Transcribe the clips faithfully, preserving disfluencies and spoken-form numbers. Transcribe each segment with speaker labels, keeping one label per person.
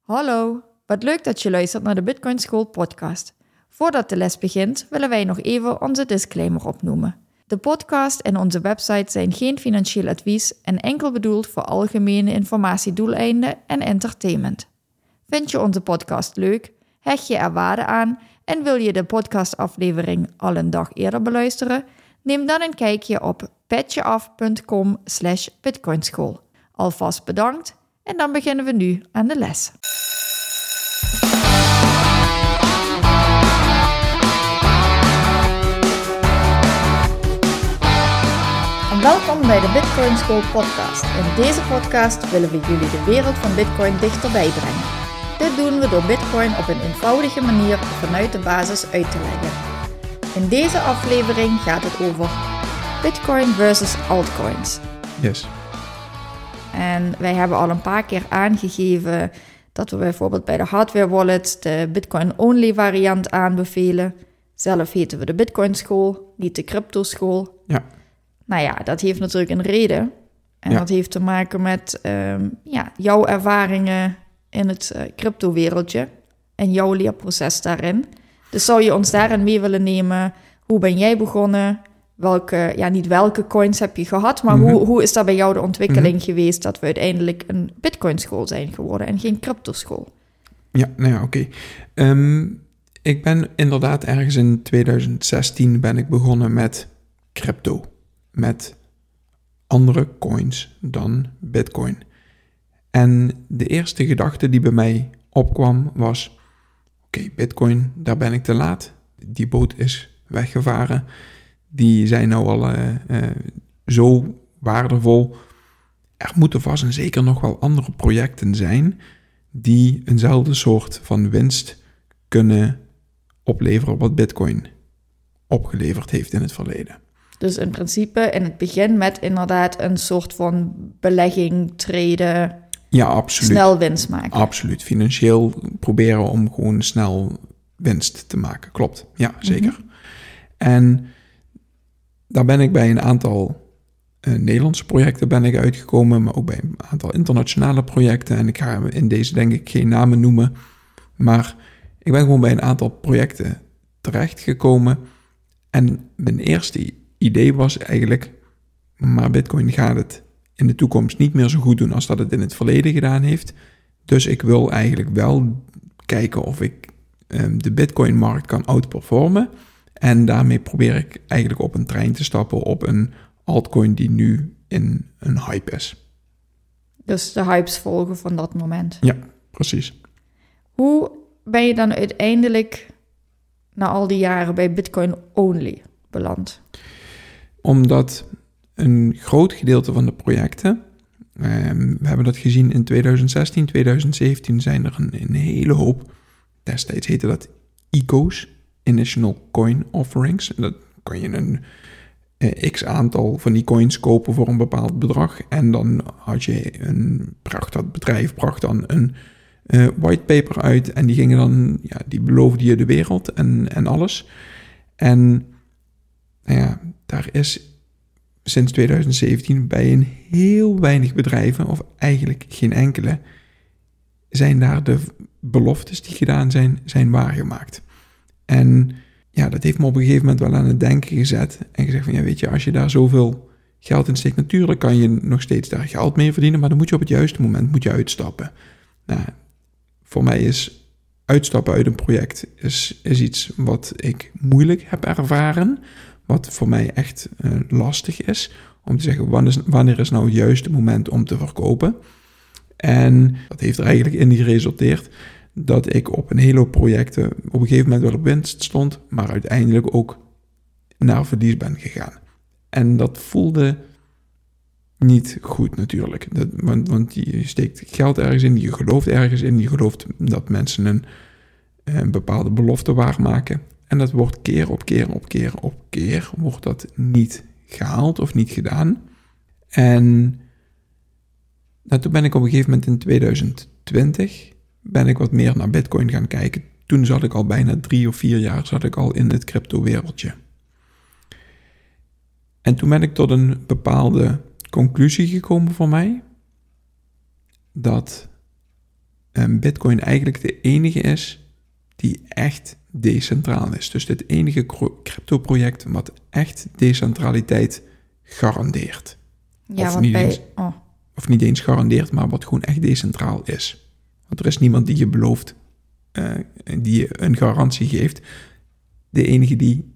Speaker 1: Hallo, wat leuk dat je luistert naar de Bitcoin School podcast. Voordat de les begint, willen wij nog even onze disclaimer opnoemen. De podcast en onze website zijn geen financieel advies en enkel bedoeld voor algemene informatiedoeleinden en entertainment. Vind je onze podcast leuk? Hecht je er waarde aan en wil je de podcastaflevering al een dag eerder beluisteren? Neem dan een kijkje op petjeaf.com slash bitcoinschool. Alvast bedankt en dan beginnen we nu aan de les. En welkom bij de Bitcoin School podcast. In deze podcast willen we jullie de wereld van Bitcoin dichterbij brengen. Dit doen we door Bitcoin op een eenvoudige manier vanuit de basis uit te leggen. In deze aflevering gaat het over Bitcoin versus altcoins.
Speaker 2: Yes.
Speaker 1: En wij hebben al een paar keer aangegeven dat we bijvoorbeeld bij de hardware wallet de Bitcoin-only variant aanbevelen. Zelf heten we de Bitcoin School, niet de Crypto School.
Speaker 2: Ja.
Speaker 1: Nou ja, dat heeft natuurlijk een reden. En
Speaker 2: Ja.
Speaker 1: dat heeft te maken met um, ja, jouw ervaringen in het uh, crypto-wereldje en jouw leerproces daarin. Dus zou je ons daarin mee willen nemen? Hoe ben jij begonnen? Welke, ja, niet welke coins heb je gehad, maar mm-hmm. hoe, hoe is dat bij jou de ontwikkeling mm-hmm. geweest dat we uiteindelijk een Bitcoin-school zijn geworden en geen crypto-school?
Speaker 2: Ja, nou ja, oké. Okay. Um, ik ben inderdaad ergens in twintig zestien ben ik begonnen met crypto. Met andere coins dan Bitcoin. En de eerste gedachte die bij mij opkwam was, oké, okay, Bitcoin, daar ben ik te laat. Die boot is weggevaren. Die zijn nou al uh, uh, zo waardevol. Er moeten vast en zeker nog wel andere projecten zijn die eenzelfde soort van winst kunnen opleveren wat Bitcoin opgeleverd heeft in het verleden.
Speaker 1: Dus in principe in het begin met inderdaad een soort van belegging, traden,
Speaker 2: ja, absoluut.
Speaker 1: Snel winst maken.
Speaker 2: Absoluut, financieel proberen om gewoon snel winst te maken. Klopt, ja, zeker. Mm-hmm. En daar ben ik bij een aantal uh, Nederlandse projecten ben ik uitgekomen, maar ook bij een aantal internationale projecten. En ik ga in deze denk ik geen namen noemen, maar ik ben gewoon bij een aantal projecten terechtgekomen. En mijn eerste idee was eigenlijk, maar Bitcoin gaat het in de toekomst niet meer zo goed doen als dat het in het verleden gedaan heeft. Dus ik wil eigenlijk wel kijken of ik um, de Bitcoin-markt kan outperformen. En daarmee probeer ik eigenlijk op een trein te stappen op een altcoin die nu in een hype is.
Speaker 1: Dus de hypes volgen van dat moment.
Speaker 2: Ja, precies.
Speaker 1: Hoe ben je dan uiteindelijk na al die jaren bij Bitcoin only beland?
Speaker 2: Omdat een groot gedeelte van de projecten, um, we hebben dat gezien in twintig zestien, twintig zeventien zijn er een, een hele hoop, destijds heette dat I C O's, Initial Coin Offerings. Dat kan je een uh, x-aantal van die coins kopen voor een bepaald bedrag. En dan had je een, bracht dat bedrijf bracht dan een uh, whitepaper uit. En die gingen dan, ja, die beloofde je de wereld en, en alles. En nou ja, daar is sinds twintig zeventien bij een heel weinig bedrijven, of eigenlijk geen enkele, zijn daar de beloftes die gedaan zijn, zijn waargemaakt. En ja, dat heeft me op een gegeven moment wel aan het denken gezet. En gezegd van, ja, weet je, als je daar zoveel geld in steekt, natuurlijk kan je nog steeds daar geld mee verdienen, maar dan moet je op het juiste moment moet je uitstappen. Nou, voor mij is uitstappen uit een project is, is iets wat ik moeilijk heb ervaren, wat voor mij echt uh, lastig is, om te zeggen, wanneer is, wanneer is nou het juiste moment om te verkopen. En dat heeft er eigenlijk in geresulteerd dat ik op een hele hoop projecten op een gegeven moment wel op winst stond, maar uiteindelijk ook naar verlies ben gegaan. En dat voelde niet goed natuurlijk. Dat, want, want je steekt geld ergens in, je gelooft ergens in, je gelooft dat mensen een, een bepaalde belofte waarmaken. En dat wordt keer op keer op keer op keer wordt dat niet gehaald of niet gedaan. En nou, toen ben ik op een gegeven moment in twintig twintig ben ik wat meer naar Bitcoin gaan kijken. Toen zat ik al bijna drie of vier jaar zat ik al in het crypto-wereldje. En toen ben ik tot een bepaalde conclusie gekomen voor mij, dat um, Bitcoin eigenlijk de enige is die echt decentraal is. Dus het enige crypto-project wat echt decentraliteit garandeert.
Speaker 1: Ja,
Speaker 2: of,
Speaker 1: want
Speaker 2: niet
Speaker 1: bij...
Speaker 2: eens,
Speaker 1: Oh.
Speaker 2: of niet eens garandeert, maar wat gewoon echt decentraal is. Want er is niemand die je belooft, uh, die je een garantie geeft. De enige die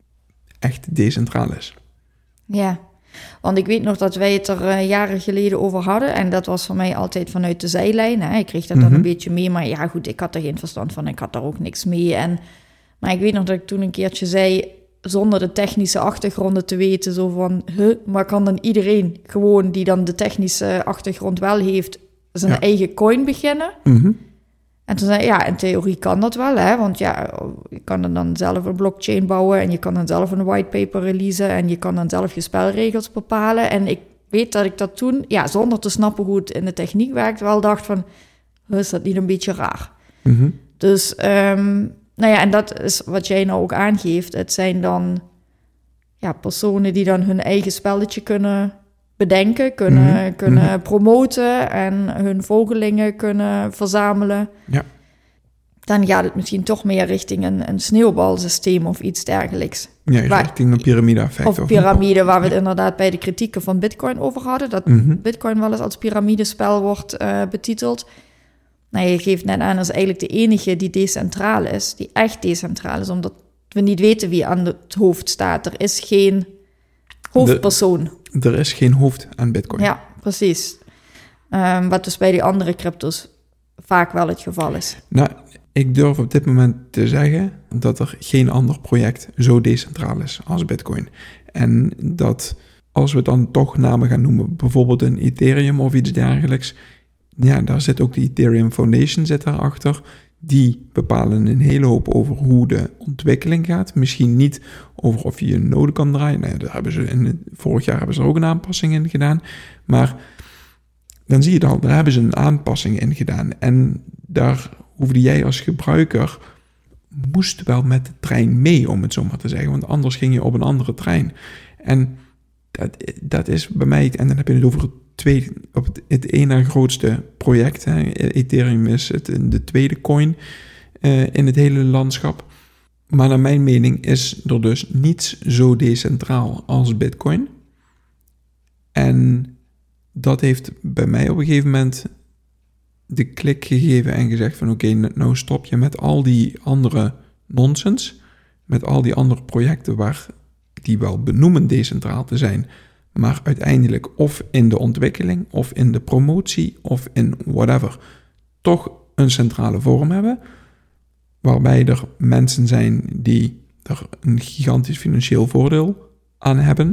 Speaker 2: echt decentraal is.
Speaker 1: Ja, want ik weet nog dat wij het er uh, jaren geleden over hadden. En dat was voor mij altijd vanuit de zijlijn. Hè. Ik kreeg dat mm-hmm. dan een beetje mee. Maar ja, goed, ik had er geen verstand van. Ik had daar ook niks mee. En, maar ik weet nog dat ik toen een keertje zei, zonder de technische achtergronden te weten, zo van, huh, maar kan dan iedereen gewoon die dan de technische achtergrond wel heeft, zijn ja. eigen coin beginnen?
Speaker 2: Mm-hmm.
Speaker 1: En toen zei ik, ja, in theorie kan dat wel, hè, want ja, je kan er dan zelf een blockchain bouwen en je kan dan zelf een whitepaper releasen en je kan dan zelf je spelregels bepalen. En ik weet dat ik dat toen, ja, zonder te snappen hoe het in de techniek werkt, wel dacht van, is dat niet een beetje raar?
Speaker 2: Mm-hmm.
Speaker 1: Dus, um, nou ja, en dat is wat jij nou ook aangeeft. Het zijn dan ja, personen die dan hun eigen spelletje kunnen bedenken, kunnen, mm-hmm. kunnen mm-hmm. promoten en hun volgelingen kunnen verzamelen.
Speaker 2: Ja.
Speaker 1: Dan gaat het misschien toch meer richting een, een sneeuwbalsysteem of iets dergelijks.
Speaker 2: Ja, waar, richting een piramide-effect.
Speaker 1: Of piramide, waar we het inderdaad bij de kritieken van Bitcoin over hadden. Dat mm-hmm. Bitcoin wel eens als piramidespel wordt uh, betiteld. Nou, je geeft net aan, dat is eigenlijk de enige die decentraal is, die echt decentraal is, omdat we niet weten wie aan het hoofd staat. Er is geen hoofdpersoon.
Speaker 2: De, er is geen hoofd aan Bitcoin.
Speaker 1: Ja, precies. Um, wat dus bij die andere cryptos vaak wel het geval is.
Speaker 2: Nou, ik durf op dit moment te zeggen dat er geen ander project zo decentraal is als Bitcoin. En dat als we dan toch namen gaan noemen, bijvoorbeeld een Ethereum of iets dergelijks, ja, daar zit ook de Ethereum Foundation zit daarachter. Die bepalen een hele hoop over hoe de ontwikkeling gaat. Misschien niet over of je een node kan draaien. Nee, daar hebben ze in het, vorig jaar hebben ze er ook een aanpassing in gedaan. Maar dan zie je dan, daar hebben ze een aanpassing in gedaan. En daar hoefde jij als gebruiker, moest wel met de trein mee, om het zo maar te zeggen. Want anders ging je op een andere trein. En dat, dat is bij mij, en dan heb je het over het Tweede, op het, het ene grootste project. Hè. Ethereum is het, de tweede coin uh, in het hele landschap. Maar naar mijn mening is er dus niets zo decentraal als Bitcoin. En dat heeft bij mij op een gegeven moment de klik gegeven en gezegd van oké, okay, nou stop je met al die andere nonsens, met al die andere projecten waar die wel benoemen decentraal te zijn, maar uiteindelijk of in de ontwikkeling, of in de promotie, of in whatever, toch een centrale vorm hebben, waarbij er mensen zijn die er een gigantisch financieel voordeel aan hebben.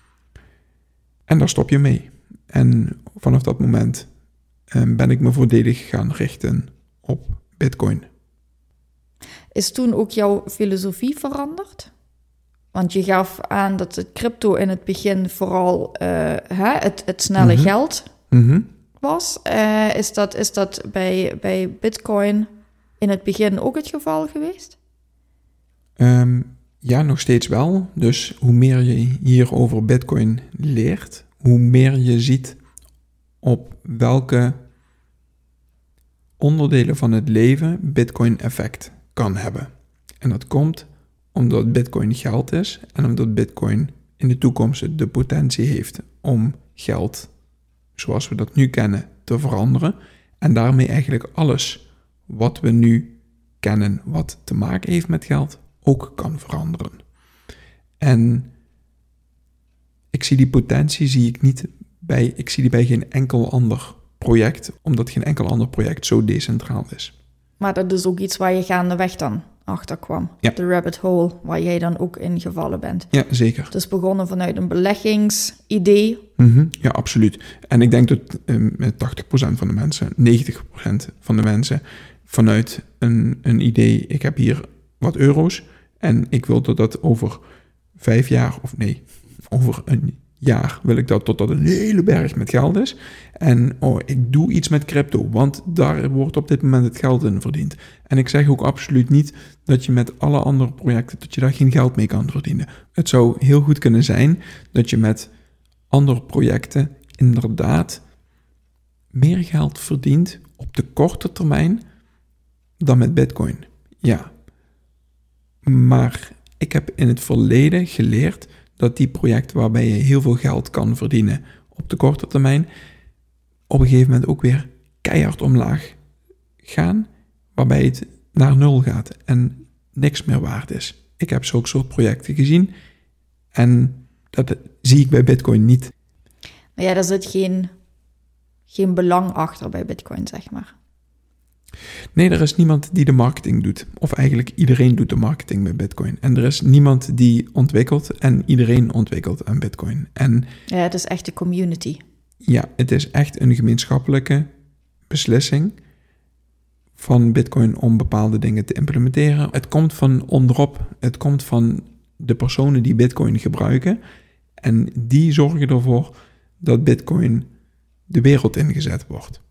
Speaker 2: En daar stop je mee. En vanaf dat moment um, ben ik me volledig gaan richten op Bitcoin.
Speaker 1: Is toen ook jouw filosofie veranderd? Want je gaf aan dat het crypto in het begin vooral uh, hè, het, het snelle mm-hmm. geld
Speaker 2: mm-hmm.
Speaker 1: was. Uh, is dat, is dat bij, bij Bitcoin in het begin ook het geval geweest?
Speaker 2: Um, ja, nog steeds wel. Dus hoe meer je hier over Bitcoin leert, hoe meer je ziet op welke onderdelen van het leven Bitcoin effect kan hebben. En dat komt omdat Bitcoin geld is en omdat Bitcoin in de toekomst de potentie heeft om geld, zoals we dat nu kennen, te veranderen. En daarmee eigenlijk alles wat we nu kennen, wat te maken heeft met geld, ook kan veranderen. En ik zie die potentie zie ik niet bij, ik zie die bij geen enkel ander project, omdat geen enkel ander project zo decentraal is.
Speaker 1: Maar dat is ook iets waar je gaandeweg dan achter kwam.
Speaker 2: Ja.
Speaker 1: De rabbit hole, waar jij dan ook in gevallen bent.
Speaker 2: Ja, zeker.
Speaker 1: Het is begonnen vanuit een beleggingsidee.
Speaker 2: Mm-hmm. Ja, absoluut. En ik denk dat um, tachtig procent van de mensen, negentig procent van de mensen, vanuit een, een idee, ik heb hier wat euro's en ik wil dat dat over vijf jaar, of nee, over een jaar wil ik dat tot dat een hele berg met geld is. En oh, ik doe iets met crypto, want daar wordt op dit moment het geld in verdiend. En ik zeg ook absoluut niet dat je met alle andere projecten, dat je daar geen geld mee kan verdienen. Het zou heel goed kunnen zijn dat je met andere projecten inderdaad meer geld verdient op op de korte termijn dan met Bitcoin. Ja. Maar ik heb in het verleden geleerd dat die projecten waarbij je heel veel geld kan verdienen op de korte termijn, op een gegeven moment ook weer keihard omlaag gaan, waarbij het naar nul gaat en niks meer waard is. Ik heb zulke soort projecten gezien en dat zie ik bij Bitcoin niet.
Speaker 1: Maar ja, daar zit geen, geen belang achter bij Bitcoin, zeg maar.
Speaker 2: Nee, er is niemand die de marketing doet. Of eigenlijk iedereen doet de marketing bij Bitcoin. En er is niemand die ontwikkelt en iedereen ontwikkelt aan Bitcoin. En
Speaker 1: ja, het is echt de community.
Speaker 2: Ja, het is echt een gemeenschappelijke beslissing van Bitcoin om bepaalde dingen te implementeren. Het komt van onderop. Het komt van de personen die Bitcoin gebruiken. En die zorgen ervoor dat Bitcoin de wereld ingezet wordt.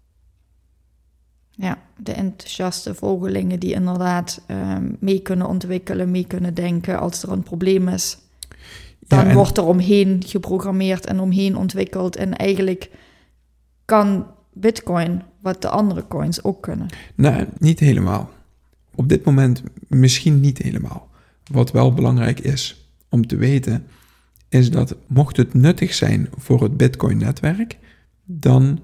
Speaker 1: Ja, de enthousiaste volgelingen die inderdaad uh, mee kunnen ontwikkelen, mee kunnen denken als er een probleem is. Dan ja, en... wordt er omheen geprogrammeerd en omheen ontwikkeld. En eigenlijk kan Bitcoin wat de andere coins ook kunnen.
Speaker 2: Nou, niet helemaal. Op dit moment misschien niet helemaal. Wat wel belangrijk is om te weten, is dat mocht het nuttig zijn voor het Bitcoin-netwerk, dan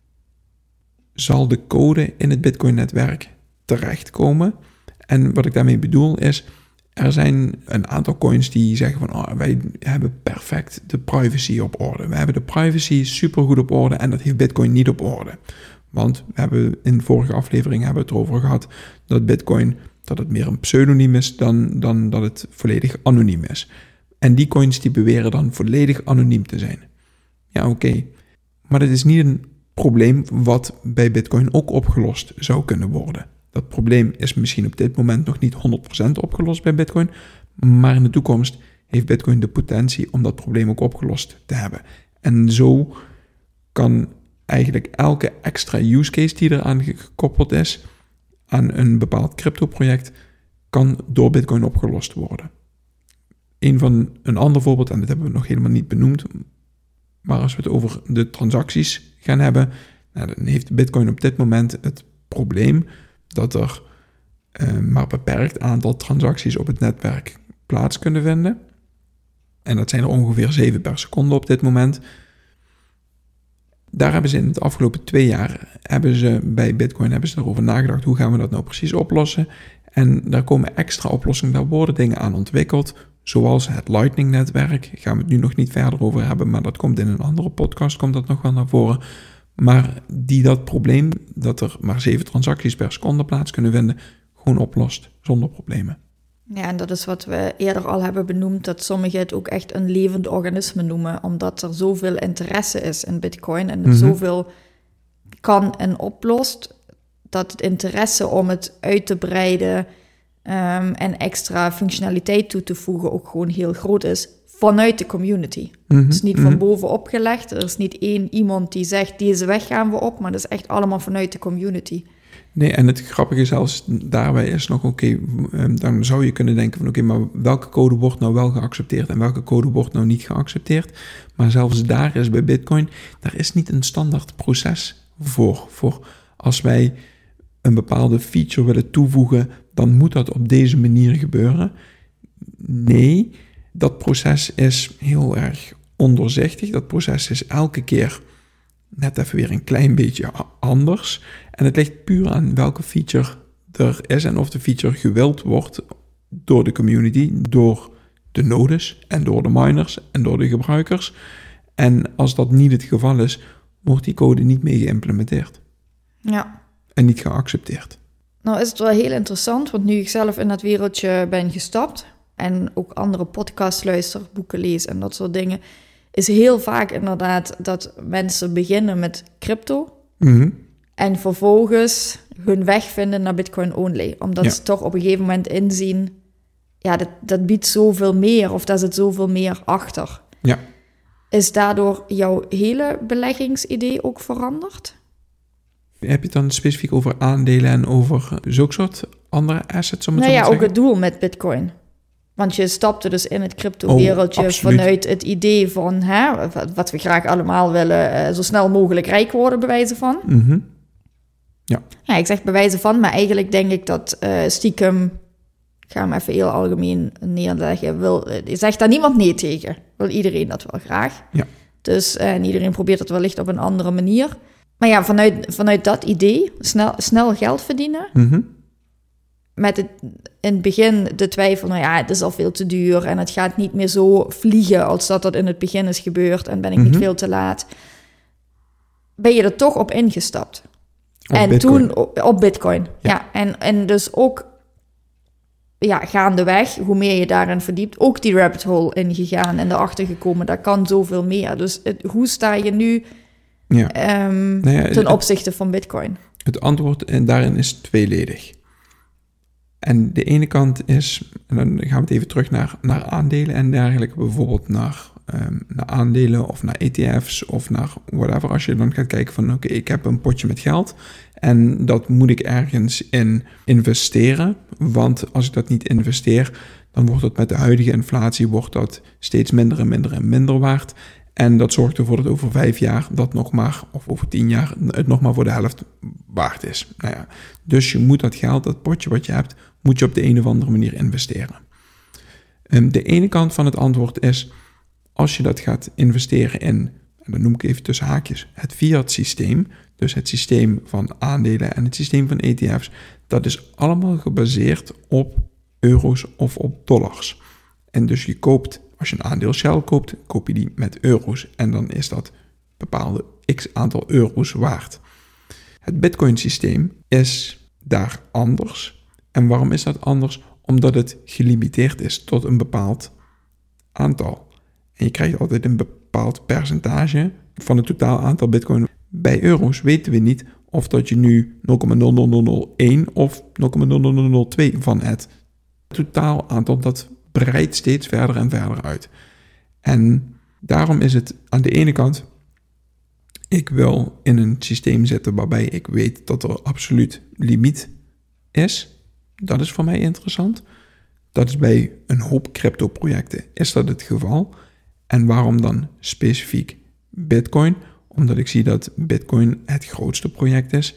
Speaker 2: zal de code in het Bitcoin-netwerk terechtkomen. En wat ik daarmee bedoel is, er zijn een aantal coins die zeggen van, oh, wij hebben perfect de privacy op orde. We hebben de privacy supergoed op orde en dat heeft Bitcoin niet op orde. Want we hebben in de vorige aflevering hebben we het erover gehad dat Bitcoin, dat het meer een pseudoniem is dan, dan dat het volledig anoniem is. En die coins die beweren dan volledig anoniem te zijn. Ja, oké. Okay. Maar dat is niet een probleem wat bij Bitcoin ook opgelost zou kunnen worden. Dat probleem is misschien op dit moment nog niet honderd procent opgelost bij Bitcoin, maar in de toekomst heeft Bitcoin de potentie om dat probleem ook opgelost te hebben. En zo kan eigenlijk elke extra use case die eraan gekoppeld is, aan een bepaald crypto-project, kan door Bitcoin opgelost worden. Een van een ander voorbeeld, en dit hebben we nog helemaal niet benoemd, maar als we het over de transacties gaan hebben, nou, dan heeft Bitcoin op dit moment het probleem dat er uh, maar een beperkt aantal transacties op het netwerk plaats kunnen vinden. En dat zijn er ongeveer zeven per seconde op dit moment. Daar hebben ze in het afgelopen twee jaar, hebben ze bij Bitcoin hebben ze erover nagedacht, hoe gaan we dat nou precies oplossen? En daar komen extra oplossingen, daar worden dingen aan ontwikkeld, zoals het Lightning-netwerk. Daar gaan we het nu nog niet verder over hebben, maar dat komt in een andere podcast, komt dat nog wel naar voren. Maar die dat probleem, dat er maar zeven transacties per seconde plaats kunnen vinden, gewoon oplost, zonder problemen.
Speaker 1: Ja, en dat is wat we eerder al hebben benoemd, dat sommigen het ook echt een levend organisme noemen, omdat er zoveel interesse is in Bitcoin en het mm-hmm. zoveel kan en oplost, dat het interesse om het uit te breiden um, en extra functionaliteit toe te voegen ook gewoon heel groot is vanuit de community. Mm-hmm. Het is niet mm-hmm. van bovenop gelegd, er is niet één iemand die zegt deze weg gaan we op, maar dat is echt allemaal vanuit de community.
Speaker 2: Nee, en het grappige zelfs daarbij is nog, oké, okay, dan zou je kunnen denken van, oké, okay, maar welke code wordt nou wel geaccepteerd en welke code wordt nou niet geaccepteerd? Maar zelfs daar is bij Bitcoin, daar is niet een standaard proces voor. Voor als wij een bepaalde feature willen toevoegen, dan moet dat op deze manier gebeuren. Nee, dat proces is heel erg ondoorzichtig. Dat proces is elke keer net even weer een klein beetje anders. En het ligt puur aan welke feature er is en of de feature gewild wordt door de community, door de nodes en door de miners en door de gebruikers. En als dat niet het geval is, wordt die code niet mee geïmplementeerd.
Speaker 1: Ja.
Speaker 2: En niet geaccepteerd.
Speaker 1: Nou is het wel heel interessant, want nu ik zelf in dat wereldje ben gestapt en ook andere podcasts luister, boeken lees en dat soort dingen, is heel vaak inderdaad dat mensen beginnen met crypto mm-hmm. en vervolgens hun weg vinden naar Bitcoin only. Omdat ja. ze toch op een gegeven moment inzien, ja, dat, dat biedt zoveel meer of daar zit zoveel meer achter.
Speaker 2: Ja.
Speaker 1: Is daardoor jouw hele beleggingsidee ook veranderd?
Speaker 2: Heb je het dan specifiek over aandelen en over zulke soort andere assets? Om het
Speaker 1: nou
Speaker 2: zo
Speaker 1: ja,
Speaker 2: te
Speaker 1: ook het doel met Bitcoin. Want je stapte dus in het crypto-wereldje oh, vanuit het idee van, hè, wat we graag allemaal willen, uh, zo snel mogelijk rijk worden, bij wijze van.
Speaker 2: Mm-hmm. Ja.
Speaker 1: Ja, ik zeg bij wijze van, maar eigenlijk denk ik dat uh, stiekem, ik ga hem even heel algemeen neerleggen, wil, uh, zegt daar niemand nee tegen. Wil iedereen dat wel graag.
Speaker 2: Ja.
Speaker 1: Dus uh, en iedereen probeert het wellicht op een andere manier. Maar ja, vanuit, vanuit dat idee, snel, snel geld verdienen,
Speaker 2: Mm-hmm.
Speaker 1: met het, in het begin de twijfel, nou ja, het is al veel te duur en het gaat niet meer zo vliegen als dat dat in het begin is gebeurd en ben ik mm-hmm. niet veel te laat, ben je er toch op ingestapt.
Speaker 2: Op
Speaker 1: en
Speaker 2: Bitcoin.
Speaker 1: toen op, op Bitcoin. Ja, ja en, en dus ook ja, gaandeweg, hoe meer je daarin verdiept, ook die rabbit hole ingegaan en erachter gekomen, daar kan zoveel meer. Dus het, hoe sta je nu ja. um, nou ja, ten opzichte van Bitcoin?
Speaker 2: Het antwoord en daarin is tweeledig. En de ene kant is, en dan gaan we het even terug naar, naar aandelen en dergelijke, bijvoorbeeld naar, um, naar aandelen of naar E T F's of naar whatever. Als je dan gaat kijken van oké, okay, ik heb een potje met geld en dat moet ik ergens in investeren. Want als ik dat niet investeer, dan wordt het met de huidige inflatie wordt dat steeds minder en minder en minder waard. En dat zorgt ervoor dat over vijf jaar dat nog maar, of over tien jaar, het nog maar voor de helft waard is. Nou ja, dus je moet dat geld, dat potje wat je hebt, moet je op de een of andere manier investeren. Um, de ene kant van het antwoord is, als je dat gaat investeren in, en dan noem ik even tussen haakjes, het fiat systeem, dus het systeem van aandelen en het systeem van E T F's, dat is allemaal gebaseerd op euro's of op dollars. En dus je koopt, als je een aandeel Shell koopt, koop je die met euro's en dan is dat bepaalde x aantal euro's waard. Het Bitcoin systeem is daar anders. En waarom is dat anders? Omdat het gelimiteerd is tot een bepaald aantal. En je krijgt altijd een bepaald percentage van het totaal aantal Bitcoin. Bij euro's weten we niet of dat je nu nul komma nul nul nul nul één of nul komma nul nul nul nul twee van het totaal aantal, dat breidt steeds verder en verder uit. En daarom is het aan de ene kant, ik wil in een systeem zitten waarbij ik weet dat er absoluut limiet is. Dat is voor mij interessant. Dat is bij een hoop crypto-projecten is dat het geval. En waarom dan specifiek Bitcoin? Omdat ik zie dat Bitcoin het grootste project is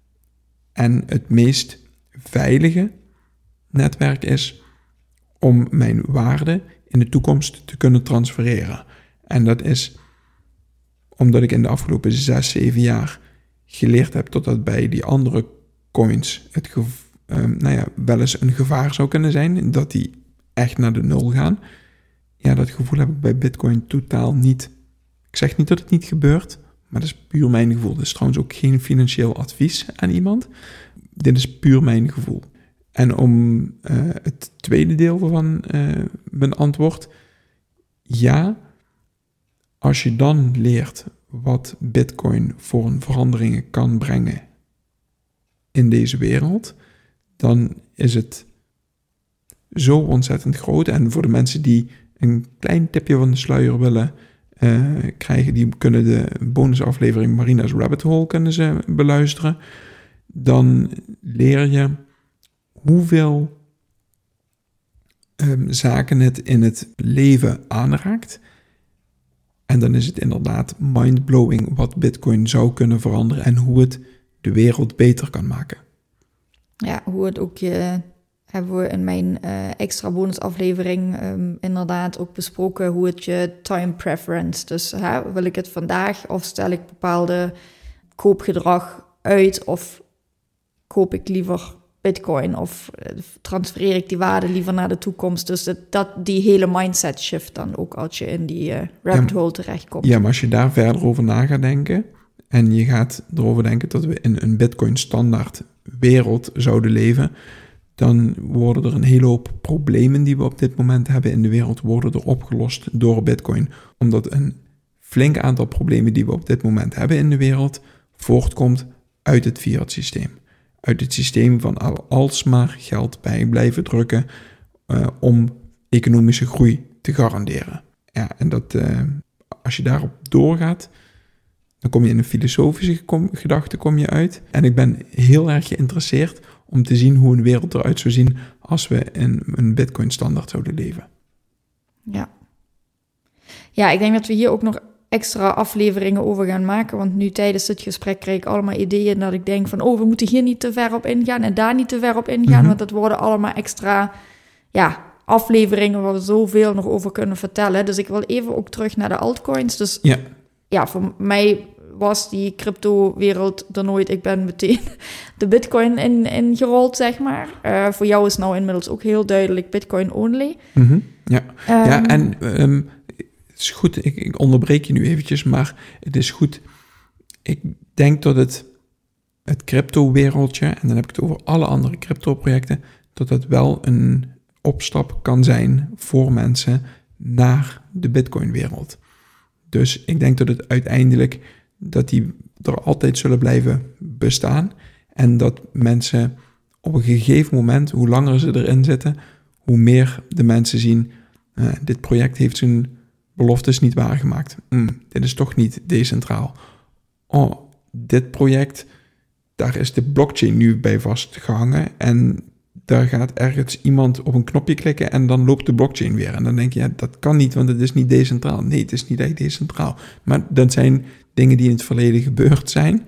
Speaker 2: en het meest veilige netwerk is om mijn waarde in de toekomst te kunnen transfereren. En dat is omdat ik in de afgelopen zes, zeven jaar geleerd heb dat dat bij die andere coins het gev- um, nou ja, wel eens een gevaar zou kunnen zijn, dat die echt naar de nul gaan. Ja, dat gevoel heb ik bij Bitcoin totaal niet. Ik zeg niet dat het niet gebeurt, maar dat is puur mijn gevoel. Dit is trouwens ook geen financieel advies aan iemand. Dit is puur mijn gevoel. En om uh, het tweede deel van uh, mijn antwoord. Ja, als je dan leert wat Bitcoin voor een veranderingen kan brengen in deze wereld, dan is het zo ontzettend groot. En voor de mensen die een klein tipje van de sluier willen uh, krijgen, die kunnen de bonusaflevering Marina's Rabbit Hole kunnen ze beluisteren. Dan leer je hoeveel um, zaken het in het leven aanraakt. En dan is het inderdaad mindblowing wat Bitcoin zou kunnen veranderen en hoe het de wereld beter kan maken.
Speaker 1: Ja, hoe het ook, uh, hebben we in mijn uh, extra bonusaflevering um, inderdaad ook besproken, hoe het je time preference, dus hè, wil ik het vandaag of stel ik bepaalde koopgedrag uit of koop ik liever Bitcoin of transfereer ik die waarde liever naar de toekomst. Dus dat, dat die hele mindset shift dan ook als je in die uh, rabbit hole ja, terechtkomt.
Speaker 2: Ja, maar als je daar verder over na gaat denken en je gaat erover denken dat we in een Bitcoin standaard wereld zouden leven, dan worden er een hele hoop problemen die we op dit moment hebben in de wereld, worden er opgelost door Bitcoin. Omdat een flink aantal problemen die we op dit moment hebben in de wereld voortkomt uit het fiat systeem. Uit het systeem van alsmaar geld bij blijven drukken uh, om economische groei te garanderen. Ja, en dat, uh, als je daarop doorgaat, dan kom je in een filosofische kom, gedachte kom je uit. En ik ben heel erg geïnteresseerd om te zien hoe een wereld eruit zou zien als we in een Bitcoin standaard zouden leven.
Speaker 1: Ja. Ja, ik denk dat we hier ook nog extra afleveringen over gaan maken. Want nu tijdens het gesprek krijg ik allemaal ideeën dat ik denk van... oh, we moeten hier niet te ver op ingaan en daar niet te ver op ingaan. Mm-hmm. Want dat worden allemaal extra ja, afleveringen waar we zoveel nog over kunnen vertellen. Dus ik wil even ook terug naar de altcoins. Dus ja, ja voor mij was die crypto-wereld er nooit. Ik ben meteen de bitcoin in, in gerold, zeg maar. Uh, voor jou is nou inmiddels ook heel duidelijk bitcoin only.
Speaker 2: Mm-hmm. Ja. Um, ja, en... Um... Het is goed, ik, ik onderbreek je nu eventjes, maar het is goed. Ik denk dat het, het crypto-wereldje, en dan heb ik het over alle andere crypto-projecten, dat het wel een opstap kan zijn voor mensen naar de Bitcoin-wereld. Dus ik denk dat het uiteindelijk, dat die er altijd zullen blijven bestaan en dat mensen op een gegeven moment, hoe langer ze erin zitten, hoe meer de mensen zien, uh, dit project heeft zijn beloftes niet waargemaakt. Mm, dit is toch niet decentraal. Oh, dit project, daar is de blockchain nu bij vastgehangen en daar gaat ergens iemand op een knopje klikken en dan loopt de blockchain weer. En dan denk je, ja, dat kan niet, want het is niet decentraal. Nee, het is niet echt decentraal. Maar dat zijn dingen die in het verleden gebeurd zijn.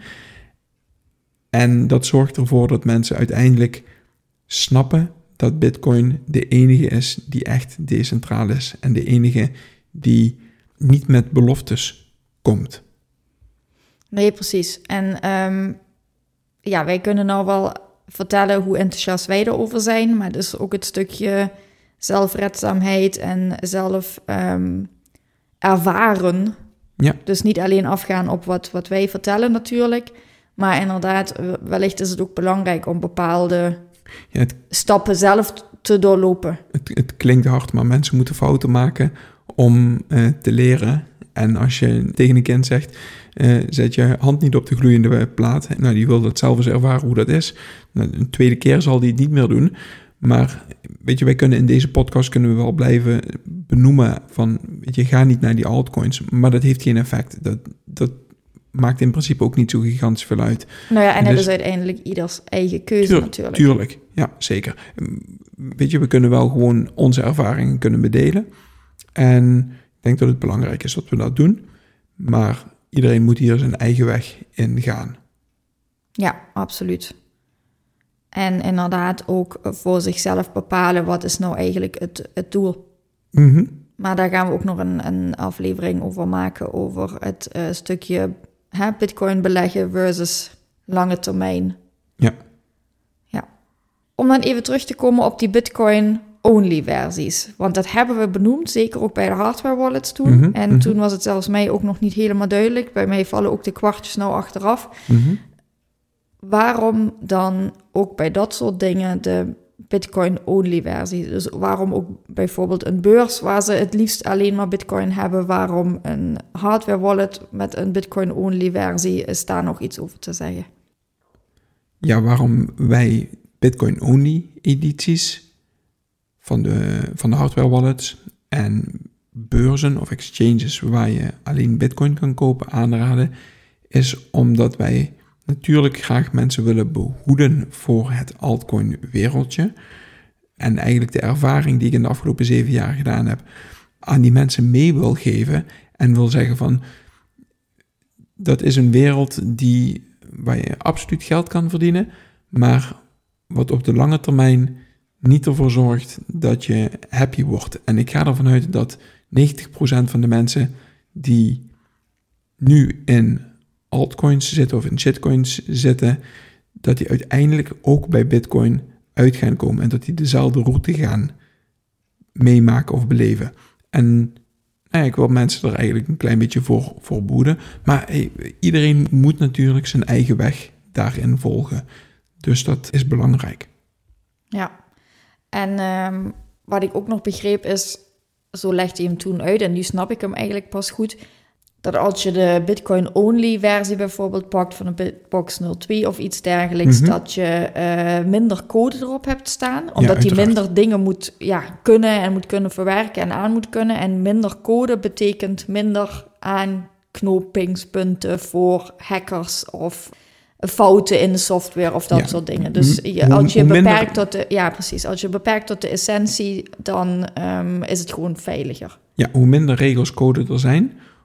Speaker 2: En dat zorgt ervoor dat mensen uiteindelijk snappen dat Bitcoin de enige is die echt decentraal is en de enige die niet met beloftes komt.
Speaker 1: Nee, precies. En um, ja, wij kunnen nou wel vertellen hoe enthousiast wij erover zijn, maar dus ook het stukje zelfredzaamheid en zelf um, ervaren. Ja. Dus niet alleen afgaan op wat, wat wij vertellen natuurlijk, maar inderdaad, wellicht is het ook belangrijk om bepaalde ja, het, stappen zelf te doorlopen.
Speaker 2: Het, het klinkt hard, maar mensen moeten fouten maken om uh, te leren. En als je tegen een kind zegt, uh, zet je hand niet op de gloeiende plaat. Nou, die wil dat zelf eens ervaren hoe dat is. Nou, een tweede keer zal die het niet meer doen. Maar weet je, wij kunnen in deze podcast kunnen we wel blijven benoemen van, weet je, ga niet naar die altcoins. Maar dat heeft geen effect. Dat, dat maakt in principe ook niet zo gigantisch veel uit.
Speaker 1: Nou ja, en, en het dus, is uiteindelijk ieders eigen keuze tuur, natuurlijk.
Speaker 2: Tuurlijk, ja, zeker. Weet je, we kunnen wel gewoon onze ervaringen kunnen bedelen. En ik denk dat het belangrijk is dat we dat doen. Maar iedereen moet hier zijn eigen weg in gaan.
Speaker 1: Ja, absoluut. En inderdaad ook voor zichzelf bepalen wat is nou eigenlijk het, het doel. Mm-hmm. Maar daar gaan we ook nog een, een aflevering over maken, over het uh, stukje hè, Bitcoin beleggen versus lange termijn.
Speaker 2: Ja.
Speaker 1: Ja. Om dan even terug te komen op die Bitcoin-only versies. Want dat hebben we benoemd, zeker ook bij de hardware wallets toen. Mm-hmm. En mm-hmm. toen was het zelfs mij ook nog niet helemaal duidelijk. Bij mij vallen ook de kwartjes nou achteraf. Mm-hmm. Waarom dan ook bij dat soort dingen de Bitcoin-only versie? Dus waarom ook bijvoorbeeld een beurs waar ze het liefst alleen maar Bitcoin hebben? Waarom een hardware wallet met een Bitcoin-only versie? Is daar nog iets over te zeggen?
Speaker 2: Ja, waarom wij Bitcoin-only edities van de, van de hardware wallets en beurzen of exchanges waar je alleen Bitcoin kan kopen aanraden, is omdat wij natuurlijk graag mensen willen behoeden voor het altcoin-wereldje. En eigenlijk de ervaring die ik in de afgelopen zeven jaar gedaan heb, aan die mensen mee wil geven. En wil zeggen van, dat is een wereld die, waar je absoluut geld kan verdienen, maar wat op de lange termijn niet ervoor zorgt dat je happy wordt. En ik ga ervan uit dat negentig procent van de mensen die nu in altcoins zitten of in shitcoins zitten, dat die uiteindelijk ook bij Bitcoin uit gaan komen en dat die dezelfde route gaan meemaken of beleven. En nou, ik wil mensen er eigenlijk een klein beetje voor, voor behoeden. Maar hey, iedereen moet natuurlijk zijn eigen weg daarin volgen. Dus dat is belangrijk.
Speaker 1: Ja, en um, wat ik ook nog begreep is, zo legde hij hem toen uit en nu snap ik hem eigenlijk pas goed, dat als je de Bitcoin-only versie bijvoorbeeld pakt van een Bitbox nul twee of iets dergelijks, mm-hmm. dat je uh, minder code erop hebt staan. Omdat ja, die minder dingen moet ja, kunnen en moet kunnen verwerken en aan moet kunnen. En minder code betekent minder aanknopingspunten voor hackers of fouten in de software of dat ja. soort dingen. Dus je, als je beperkt minder... tot de, ja, precies. Als je beperkt tot de essentie, dan um, is het gewoon veiliger.
Speaker 2: Ja, hoe minder regels code er zijn,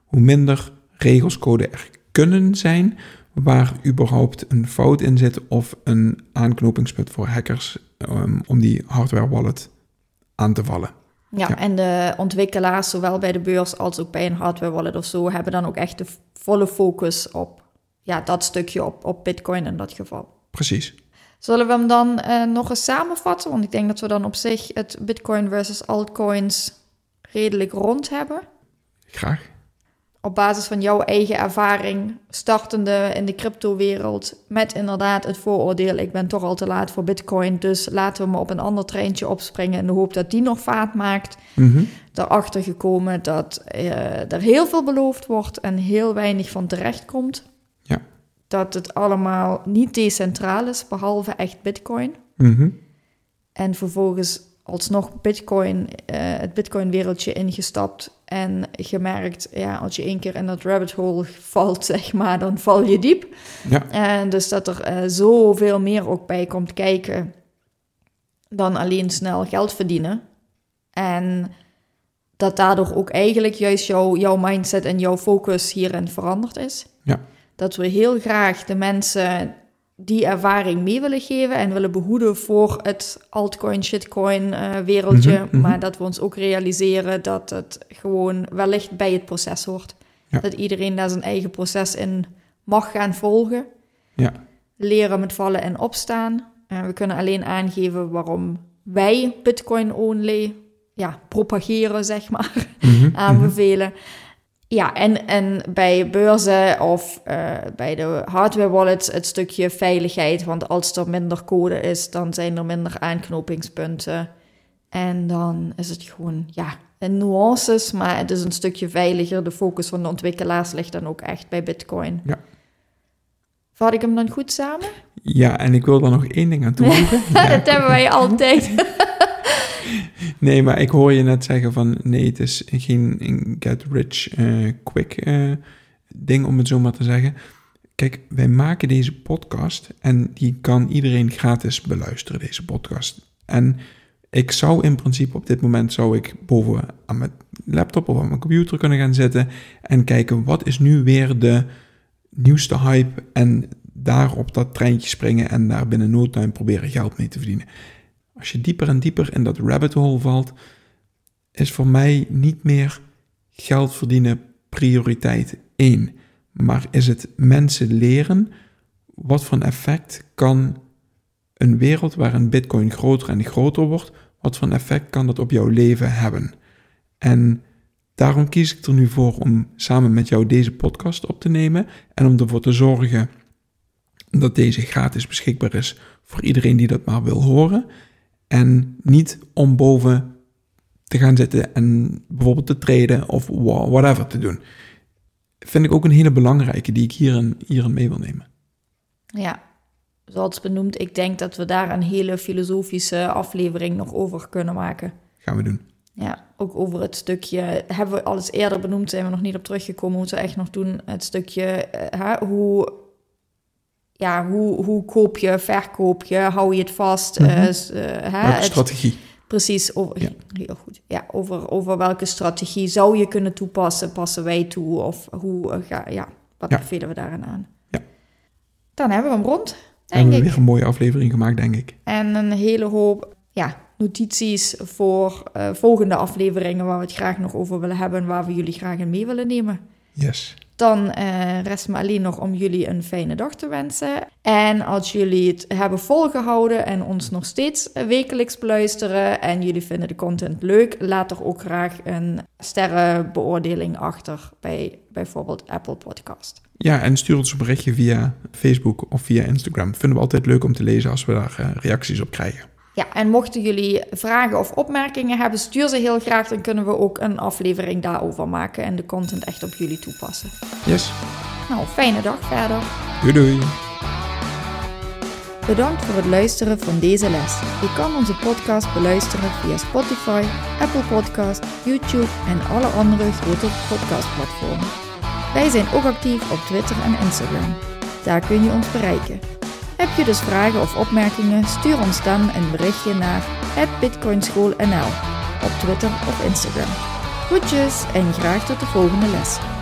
Speaker 2: hoe minder regelscode er kunnen zijn waar überhaupt een fout in zit of een aanknopingspunt voor hackers um, om die hardware wallet aan te vallen.
Speaker 1: Ja, ja, en de ontwikkelaars, zowel bij de beurs als ook bij een hardware wallet of zo, hebben dan ook echt de volle focus op ja, dat stukje op, op Bitcoin in dat geval.
Speaker 2: Precies.
Speaker 1: Zullen we hem dan uh, nog eens samenvatten? Want ik denk dat we dan op zich het Bitcoin versus altcoins redelijk rond hebben.
Speaker 2: Graag.
Speaker 1: Op basis van jouw eigen ervaring, startende in de cryptowereld, met inderdaad het vooroordeel, ik ben toch al te laat voor Bitcoin, dus laten we maar op een ander treintje opspringen in de hoop dat die nog vaart maakt.
Speaker 2: Mm-hmm.
Speaker 1: Daarachter gekomen dat uh, er heel veel beloofd wordt en heel weinig van terecht komt.
Speaker 2: Ja.
Speaker 1: Dat het allemaal niet decentraal is, behalve echt Bitcoin.
Speaker 2: Mm-hmm.
Speaker 1: En vervolgens alsnog Bitcoin, uh, het Bitcoin-wereldje ingestapt en gemerkt, ja, als je één keer in dat rabbit hole valt, zeg maar, dan val je diep.
Speaker 2: Ja.
Speaker 1: En dus dat er uh, zoveel meer ook bij komt kijken dan alleen snel geld verdienen. En dat daardoor ook eigenlijk juist jouw, jouw mindset en jouw focus hierin veranderd is.
Speaker 2: Ja.
Speaker 1: Dat we heel graag de mensen die ervaring mee willen geven en willen behoeden voor het altcoin, shitcoin uh, wereldje.
Speaker 2: Mm-hmm, mm-hmm.
Speaker 1: Maar dat we ons ook realiseren dat het gewoon wellicht bij het proces hoort. Ja. Dat iedereen daar zijn eigen proces in mag gaan volgen.
Speaker 2: Ja.
Speaker 1: Leren met vallen en opstaan. Uh, we kunnen alleen aangeven waarom wij Bitcoin only ja, propageren, zeg maar. Mm-hmm, aanbevelen. Mm-hmm. Ja, en, en bij beurzen of uh, bij de hardware wallets het stukje veiligheid. Want als er minder code is, dan zijn er minder aanknopingspunten. En dan is het gewoon, ja, nuances, maar het is een stukje veiliger. De focus van de ontwikkelaars ligt dan ook echt bij Bitcoin.
Speaker 2: Ja.
Speaker 1: Vat ik hem dan goed samen?
Speaker 2: Ja, en ik wil er nog één ding aan toevoegen. Ja,
Speaker 1: dat hebben wij altijd.
Speaker 2: Nee, maar ik hoor je net zeggen van nee, het is geen get rich uh, quick uh, ding, om het zo maar te zeggen. Kijk, wij maken deze podcast en die kan iedereen gratis beluisteren, deze podcast. En ik zou in principe op dit moment zou ik boven aan mijn laptop of aan mijn computer kunnen gaan zitten en kijken wat is nu weer de nieuwste hype en daar op dat treintje springen en daar binnen no time proberen geld mee te verdienen. Als je dieper en dieper in dat rabbit hole valt, is voor mij niet meer geld verdienen prioriteit één. Maar is het mensen leren wat voor een effect kan een wereld waarin Bitcoin groter en groter wordt, wat voor een effect kan dat op jouw leven hebben? En daarom kies ik er nu voor om samen met jou deze podcast op te nemen en om ervoor te zorgen dat deze gratis beschikbaar is voor iedereen die dat maar wil horen. En niet om boven te gaan zitten en bijvoorbeeld te traden of whatever te doen. Vind ik ook een hele belangrijke die ik hierin, hierin mee wil nemen.
Speaker 1: Ja, zoals benoemd, ik denk dat we daar een hele filosofische aflevering nog over kunnen maken.
Speaker 2: Gaan we doen.
Speaker 1: Ja, ook over het stukje, hebben we alles eerder benoemd, zijn we nog niet op teruggekomen, moeten we echt nog doen. Het stukje, uh, hoe... Ja, hoe, hoe koop je, verkoop je, hou je het vast?
Speaker 2: Mm-hmm.
Speaker 1: Uh, uh,
Speaker 2: welke strategie?
Speaker 1: Precies, over, ja. heel goed. Ja, over, over welke strategie zou je kunnen toepassen, passen wij toe? Of hoe, uh, ga, ja, wat ja. bevelen we daarin aan?
Speaker 2: Ja.
Speaker 1: Dan hebben we hem rond, denk
Speaker 2: hebben we
Speaker 1: ik.
Speaker 2: weer een mooie aflevering gemaakt, denk ik.
Speaker 1: En een hele hoop ja, notities voor uh, volgende afleveringen waar we het graag nog over willen hebben en waar we jullie graag in mee willen nemen.
Speaker 2: Yes.
Speaker 1: Dan uh, rest me alleen nog om jullie een fijne dag te wensen. En als jullie het hebben volgehouden en ons nog steeds wekelijks beluisteren en jullie vinden de content leuk, laat er ook graag een sterrenbeoordeling achter bij bijvoorbeeld Apple Podcast.
Speaker 2: Ja, en stuur ons een berichtje via Facebook of via Instagram. Vinden we altijd leuk om te lezen als we daar uh, reacties op krijgen.
Speaker 1: Ja, en mochten jullie vragen of opmerkingen hebben, stuur ze heel graag. Dan kunnen we ook een aflevering daarover maken en de content echt op jullie toepassen.
Speaker 2: Yes.
Speaker 1: Nou, fijne dag verder.
Speaker 2: Doei doei.
Speaker 1: Bedankt voor het luisteren van deze les. Je kan onze podcast beluisteren via Spotify, Apple Podcast, YouTube en alle andere grote podcastplatformen. Wij zijn ook actief op Twitter en Instagram. Daar kun je ons bereiken. Heb je dus vragen of opmerkingen, stuur ons dan een berichtje naar at bitcoinschool punt n l op Twitter of Instagram. Groetjes en graag tot de volgende les.